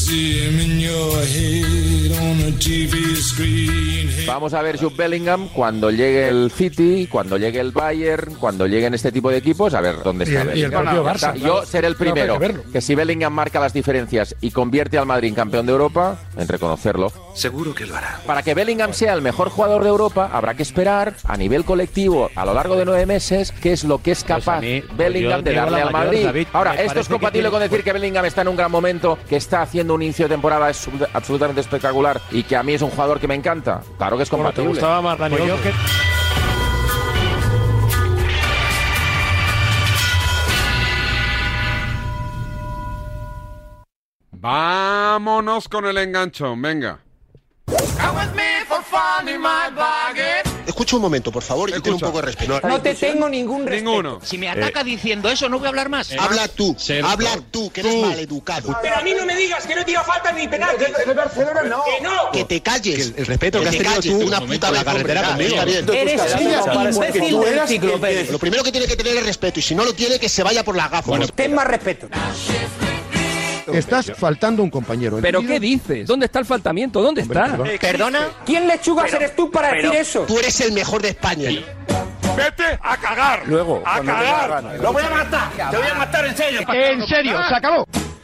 Vamos a ver Jude Bellingham cuando llegue el City, cuando llegue el Bayern, cuando lleguen este tipo de equipos, a ver dónde está y el propio Barça. Yo seré el primero que si Bellingham marca las diferencias y convierte al Madrid en campeón de Europa, en reconocerlo. Seguro que lo hará. Para que Bellingham sea el mejor jugador de Europa, habrá que esperar a nivel colectivo a lo largo de 9 meses qué es lo que es capaz Bellingham de darle al Madrid. David, ahora, ¿esto es compatible con decir que Bellingham está en un gran momento, que está haciendo un inicio de temporada absolutamente espectacular y que a mí es un jugador que me encanta? Claro que es compatible. ¿Te gustaba más Dani Olmo? Vámonos con el enganchón, venga. Escucha un momento, por favor, y ten un poco de respeto. No te tengo ningún respeto. Ninguno. Si me ataca diciendo eso, no voy a hablar más. Habla tú, que eres maleducado. Pero a mí no me digas que no tira falta ni penalti. De Barcelona no. Que no. Que te calles. El respeto que has tenido tú una puta la carretera conmigo. Eres un imbécil del enciclopedia. Lo primero que tiene que tener es respeto, y si no lo tiene, que se vaya por las gafas. Ten más respeto. Estás faltando a un compañero. ¿Pero qué dices? ¿Dónde está el faltamiento? ¿Dónde está? ¿Perdona? ¿Quién lechugas eres tú para decir eso? Tú eres el mejor de España. ¡Vete a cagar! Luego, ¡A cagar! ¡Lo voy a matar! ¡Te voy a matar en serio! ¡En serio! ¡Se acabó!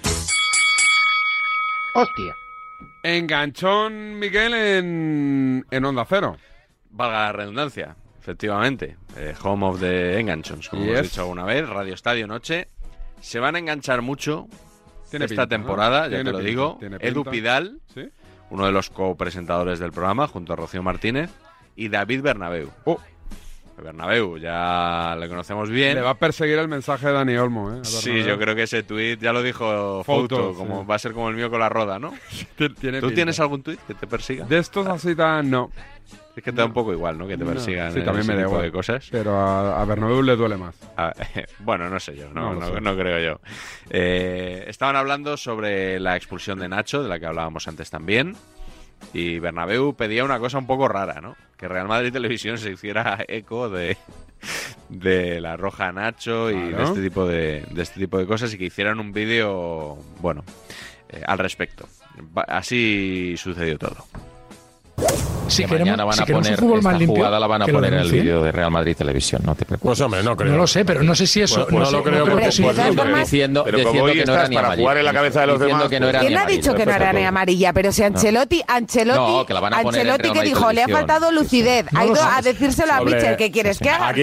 Hostia. Enganchón, Miguel, en Onda Cero. Valga la redundancia, efectivamente. Home of the Enganchons, como hemos dicho alguna vez. Radio Estadio Noche. Se van a enganchar mucho esta temporada, ya te lo digo. Edu Pidal, ¿sí? Uno de los copresentadores del programa, junto a Rocío Martínez, y David Bernabéu. Bernabéu, ya le conocemos bien. Le va a perseguir el mensaje de Dani Olmo, ¿eh? Sí, yo creo que ese tuit ya lo dijo Fouto, como sí. Va a ser como el mío con la roda, ¿no? ¿Tú tienes algún tuit que te persiga? De estos así tan... no. Es que te da un poco igual, ¿no? Que te persigan sí, también me da igual de cosas. Pero a Bernabéu le duele más. Bueno, no sé yo, no creo yo. Estaban hablando sobre la expulsión de Nacho, de la que hablábamos antes también. Y Bernabéu pedía una cosa un poco rara, ¿no? Que Real Madrid Televisión se hiciera eco de la roja a Nacho y de este tipo de cosas, y que hicieran un vídeo, bueno, al respecto. Así sucedió todo. Si mañana van a poner esta jugada, la van a poner en el vídeo de Real Madrid Televisión, no te preocupes. Pues hombre, no creo. No lo sé, pero no sé si eso... no lo creo porque diciendo que no era ni amarilla. Jugar en la cabeza de los demás. ¿Quién ha dicho que no era ni amarilla? Pero si Ancelotti que dijo, le ha faltado lucidez, ha ido a decírselo a Mitchell, ¿qué quieres que haga?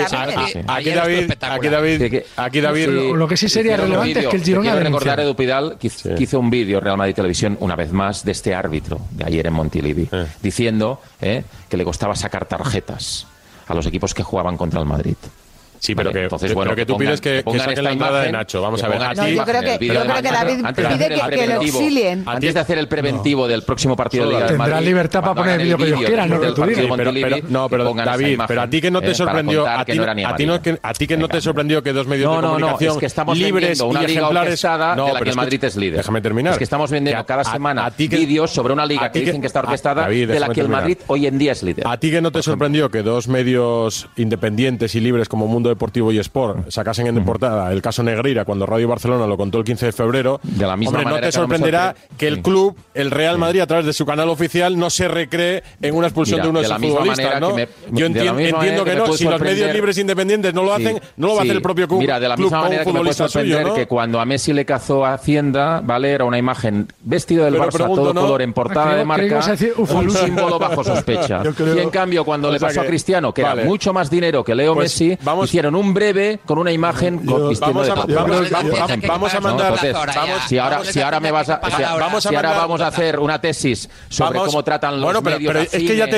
Aquí David... Lo que sí sería relevante es que el Girona... Quiero recordar a Edu Pidal que hizo un vídeo Real Madrid Televisión, una vez más, de este árbitro de ayer en Montilivi, diciendo que le costaba sacar tarjetas a los equipos que jugaban contra el Madrid. Sí, pero que, entonces, bueno, pero que tú pides que saquen la entrada de Nacho. Vamos a ver. Yo creo que David pide que lo exilien. Antes de hacer el preventivo del próximo partido de Liga de Madrid. Tendrá libertad para poner el vídeo que ellos quieran, no que tú digas. No, pero David, pero a ti que no te sorprendió, a ti que no te sorprendió que dos medios de comunicación libres y ejemplares de la que el Madrid es líder. Déjame terminar. Es que estamos vendiendo cada semana vídeos sobre una liga que dicen que está orquestada, de la que el Madrid hoy en día es líder. A ti que no te sorprendió que dos medios independientes y libres como Mundo Deportivo y Sport sacasen en portada el caso Negreira cuando Radio Barcelona lo contó el 15 de febrero, de la misma hombre, no te sorprenderá que el club, el Real Madrid, a través de su canal oficial, no se recree en una expulsión de uno de sus futbolistas, ¿no? Yo entiendo que no. Si los medios libres independientes no lo hacen, no lo va a hacer el propio club. Mira, de la misma manera que me puede sorprender suyo, ¿no? que cuando a Messi le cazó a Hacienda, ¿vale? Era una imagen vestido del Barça, todo color en portada de Marca, un símbolo bajo sospecha. Y en cambio, cuando le pasó a Cristiano, que era mucho más dinero que Leo Messi, hicieron un breve con una imagen vistiendo de Pablo. Vamos a mandar. Si ahora me vas a, si ahora vamos a hacer una tesis sobre cómo tratan los medios. Pero es que ya te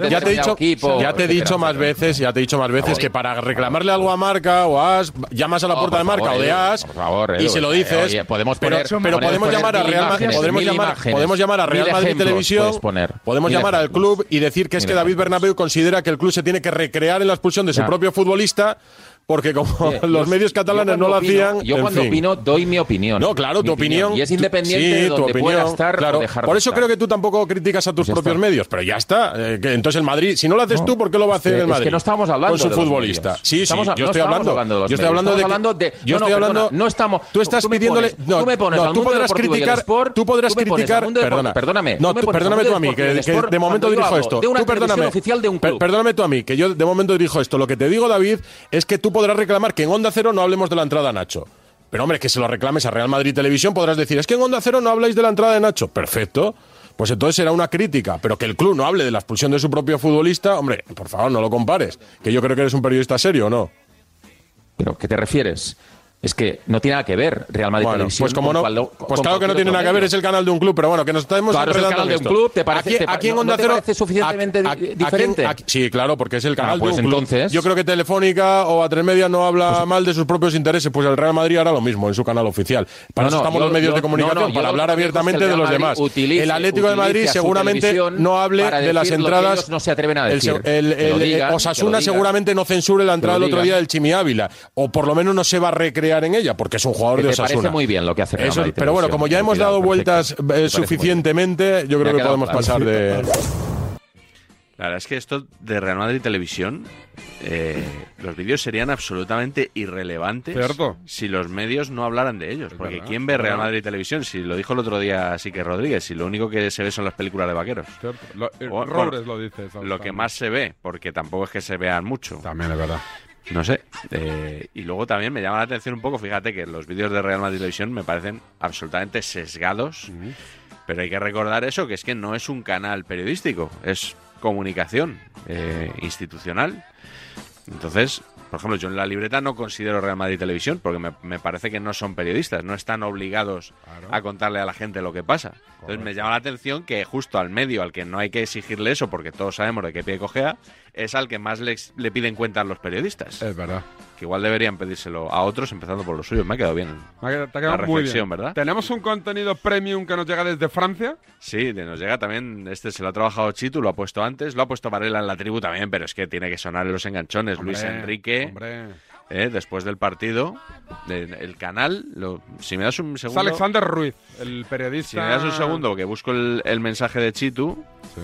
he dicho más veces que para reclamarle algo a Marca o a AS, llamas a la puerta de Marca o de AS y se lo dices. Oye, podemos llamar a Real Madrid, podemos llamar a Real Madrid Televisión, podemos llamar al club y decir que es que David Bernabéu considera que el club se tiene que recrear en la expulsión de su propio futbolista. Porque como los medios catalanes no lo hacían. Yo cuando opino, doy mi opinión. No, claro, tu opinión. Y es independiente de donde pueda estar o dejar Por eso de creo que tú tampoco criticas a tus propios medios. Pero ya está. Entonces el Madrid, si no lo haces tú, ¿por qué lo va a hacer el Madrid? Es que no estamos hablando con su futbolista. Sí, yo estoy hablando. Yo estoy hablando de. Yo estoy hablando. No estamos. Tú estás pidiéndole. Tú me pones. Tú podrás criticar. Tú podrás criticar. Perdóname. No, perdóname tú a mí, que de momento dirijo esto. Tú perdóname. Perdóname tú a mí, que yo de momento dirijo esto. Lo que te digo, David, es que tú podrás reclamar que en Onda Cero no hablemos de la entrada a Nacho. Pero hombre, que se lo reclames a Real Madrid Televisión, podrás decir, es que en Onda Cero no habláis de la entrada de Nacho. Perfecto. Pues entonces será una crítica. Pero que el club no hable de la expulsión de su propio futbolista, hombre, por favor, no lo compares. Que yo creo que eres un periodista serio, ¿o no? ¿Pero qué te refieres? Es que no tiene nada que ver Real Madrid Televisión. Pues como no, pues claro que no tiene nada que ver, es el canal de un club, pero bueno, que nos estamos enredando. Claro, es el canal de un club, ¿te parece, aquí en Onda Cero, ¿no te parece suficientemente diferente? Sí, claro, porque es el canal pues de un entonces, club. Yo creo que Telefónica o A3 Media no habla mal de sus propios intereses, pues el Real Madrid hará lo mismo en su canal oficial. Para eso estamos los medios de comunicación, para hablar abiertamente de los demás. El Atlético de Madrid seguramente no hable de las entradas. No se atreven a decir. Osasuna seguramente no censure la entrada del otro día del Chimi Ávila, o por lo menos no se va a recrear en ella, porque es un jugador de Osasuna. Me parece muy bien lo que hace Real Madrid. Pero bueno, como ya hemos dado vueltas suficientemente, yo creo que podemos pasar de... La verdad es que esto de Real Madrid Televisión, los vídeos serían absolutamente irrelevantes si los medios no hablaran de ellos. Porque ¿quién ve Real Madrid Televisión? Si lo dijo el otro día Sique Rodríguez, si lo único que se ve son las películas de vaqueros. Robles lo dice. Lo que más se ve, porque tampoco es que se vean mucho. También es verdad. No sé. Y luego también me llama la atención un poco, fíjate que los vídeos de Real Madrid Televisión me parecen absolutamente sesgados, pero hay que recordar eso, que es que no es un canal periodístico, es comunicación institucional. Entonces, por ejemplo, yo en la libreta no considero Real Madrid Televisión porque me parece que no son periodistas, no están obligados a contarle a la gente lo que pasa. Entonces me llama la atención que justo al medio al que no hay que exigirle eso porque todos sabemos de qué pie cojea, es al que más le piden cuentas los periodistas. Es verdad. Que igual deberían pedírselo a otros empezando por los suyos. Me ha quedado bien. Te ha quedado la muy reflexión, bien. ¿verdad? ¿Tenemos un contenido premium que nos llega desde Francia? Sí, nos llega también. Se lo ha trabajado Chitu, lo ha puesto antes, lo ha puesto Varela en la tribu también, pero es que tiene que sonar en los enganchones. Luis Enrique, después del partido, el canal. Si me das un segundo. Es Alexander Ruiz, el periodista. Si me das un segundo, que busco el mensaje de Chitu. Sí.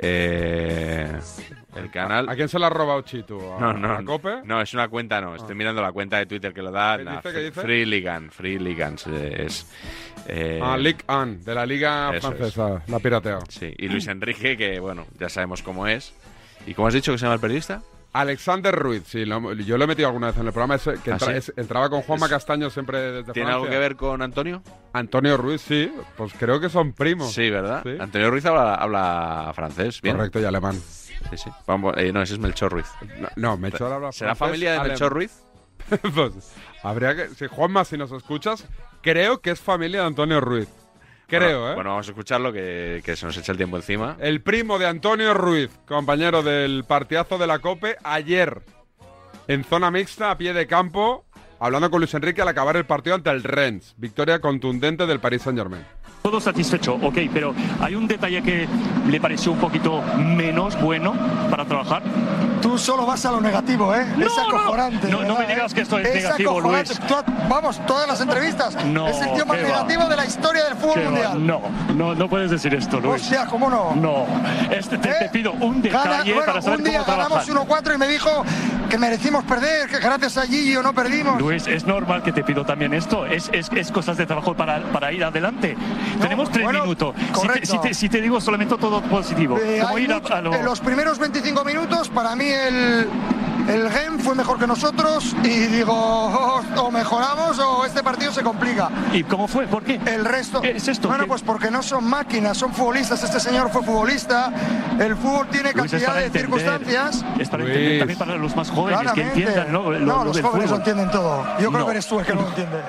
El canal. ¿A quién se lo ha robado Chitu? ¿A Cope? No, es una cuenta, no. Estoy mirando la cuenta de Twitter que lo da. ¿Qué dice? Free Ligans. Ligue 1, de la Liga Francesa. La pirateado. Sí, y Luis Enrique, que bueno, ya sabemos cómo es. ¿Y cómo has dicho que se llama el periodista? Alexander Ruiz, sí, yo lo he metido alguna vez en el programa. Entraba con Juanma Castaño siempre desde Francia. ¿Tiene algo que ver con Antonio? Antonio Ruiz, sí, pues creo que son primos. Sí, ¿verdad? ¿Sí? Antonio Ruiz habla francés, ¿bien? Correcto, y alemán. Sí. Vamos, no, ese es Melchor Ruiz. No, Melchor habla francés. ¿Será familia de Melchor Ruiz? Pues habría que... Juanma, si nos escuchas, creo que es familia de Antonio Ruiz. Creo, Bueno, vamos a escucharlo, que se nos echa el tiempo encima. El primo de Antonio Ruiz, compañero del partidazo de la COPE, ayer, en zona mixta, a pie de campo, hablando con Luis Enrique al acabar el partido ante el Rennes. Victoria contundente del Paris Saint-Germain. Todo satisfecho, ok, pero hay un detalle que le pareció un poquito menos bueno para trabajar. Tú solo vas a lo negativo, ¿eh? No, es acojonante. No me digas que esto es negativo, Luis. Vamos, todas las entrevistas. Es el tío más negativo de la historia del fútbol mundial. No puedes decir esto, Luis. Hostia, ¿cómo no? No, te pido un detalle para saber un día cómo trabajar. ganamos 1-4 y me dijo que merecimos perder, que gracias a Gillo no perdimos. Luis, es normal que te pido también esto. Es cosas de trabajo para ir adelante. Tenemos 3 minutos. Si te digo solamente todo positivo. ¿Cómo ir a lo... En los primeros 25 minutos, para mí el Gen fue mejor que nosotros y digo, o mejoramos o este partido se complica. ¿Y cómo fue? ¿Por qué? El resto... ¿Qué es esto? Bueno, pues porque no son máquinas, son futbolistas. Este señor fue futbolista. El fútbol tiene cantidad de circunstancias. Es para entender también para los más jóvenes. Claramente. Que entiendan, ¿no? Los jóvenes lo entienden todo. Yo creo que eres tú el que no lo entiende.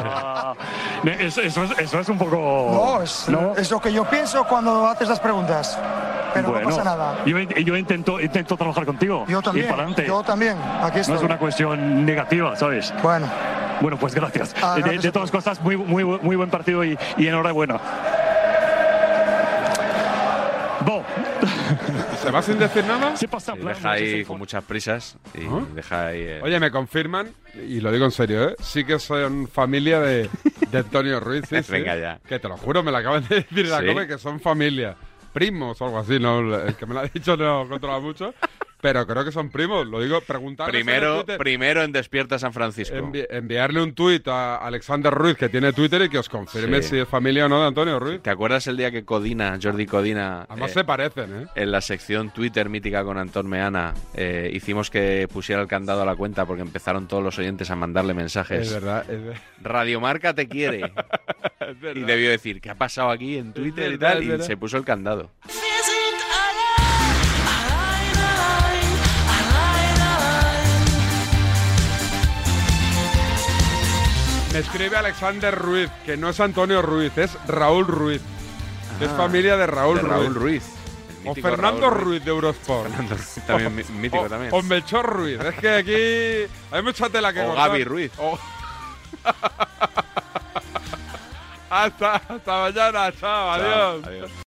Eso es un poco... No, es lo que yo pienso cuando haces las preguntas. Pero no pasa nada. Yo intento trabajar contigo. Yo también. Ir para adelante. Yo también. Aquí estoy. No es una cuestión negativa, ¿sabes? Bueno, pues gracias. De todas cosas, muy buen partido y enhorabuena. ¿Se va sin decir nada? Sí, deja ahí con muchas prisas y deja ahí... Oye, me confirman, y lo digo en serio, sí que son familia de Antonio Ruiz. Sí, Venga ya. Que te lo juro, me lo acaban de decir la COPE, que son familia. Primos o algo así, ¿no? El que me lo ha dicho no controla mucho. Pero creo que son primos, lo digo, preguntarle. Primero en Despierta San Francisco. Enviarle un tuit a Alexander Ruiz, que tiene Twitter, y que os confirme si es familia o no de Antonio Ruiz. ¿Te acuerdas el día que Jordi Codina... Además se parecen, en la sección Twitter mítica con Antón Meana, hicimos que pusiera el candado a la cuenta porque empezaron todos los oyentes a mandarle mensajes. Es verdad. Radiomarca te quiere. Y debió decir, ¿qué ha pasado aquí en Twitter y tal? Y se puso el candado. Me escribe Alexander Ruiz, que no es Antonio Ruiz, es Raúl Ruiz. Es familia de Raúl Ruiz. O Fernando Ruiz de Eurosport. Fernando Ruiz, también mítico también. O Melchor Ruiz. Es que aquí hay mucha tela que cortar. O Gaby Ruiz. Hasta mañana, chao, adiós.